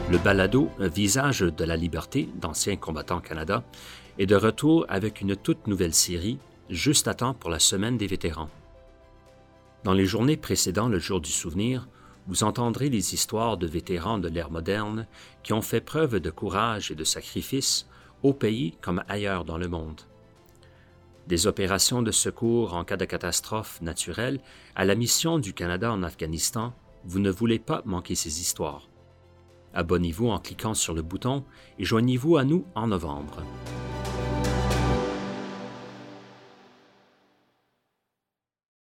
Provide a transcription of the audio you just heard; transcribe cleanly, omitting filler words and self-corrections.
Le balado « Visage de la liberté » d'Anciens combattants Canada est de retour avec une toute nouvelle série, juste à temps pour la Semaine des vétérans. Dans les journées précédant le Jour du souvenir, vous entendrez les histoires de vétérans de l'ère moderne qui ont fait preuve de courage et de sacrifice au pays comme ailleurs dans le monde. Des opérations de secours en cas de catastrophe naturelle à la mission du Canada en Afghanistan, vous ne voulez pas manquer ces histoires. Abonnez-vous en cliquant sur le bouton et joignez-vous à nous en novembre.